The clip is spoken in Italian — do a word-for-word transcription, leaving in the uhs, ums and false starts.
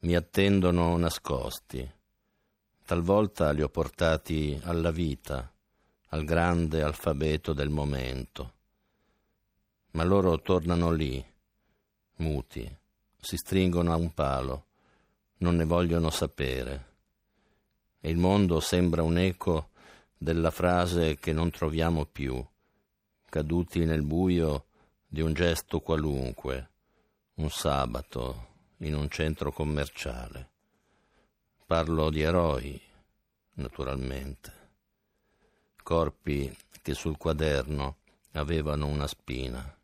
mi attendono nascosti. Talvolta li ho portati alla vita, al grande alfabeto del momento. Ma loro tornano lì, muti, si stringono a un palo, non ne vogliono sapere. E il mondo sembra un eco della frase che non troviamo più, caduti nel buio di un gesto qualunque, un sabato in un centro commerciale. Parlo di eroi, naturalmente, corpi che sul quaderno avevano una spina.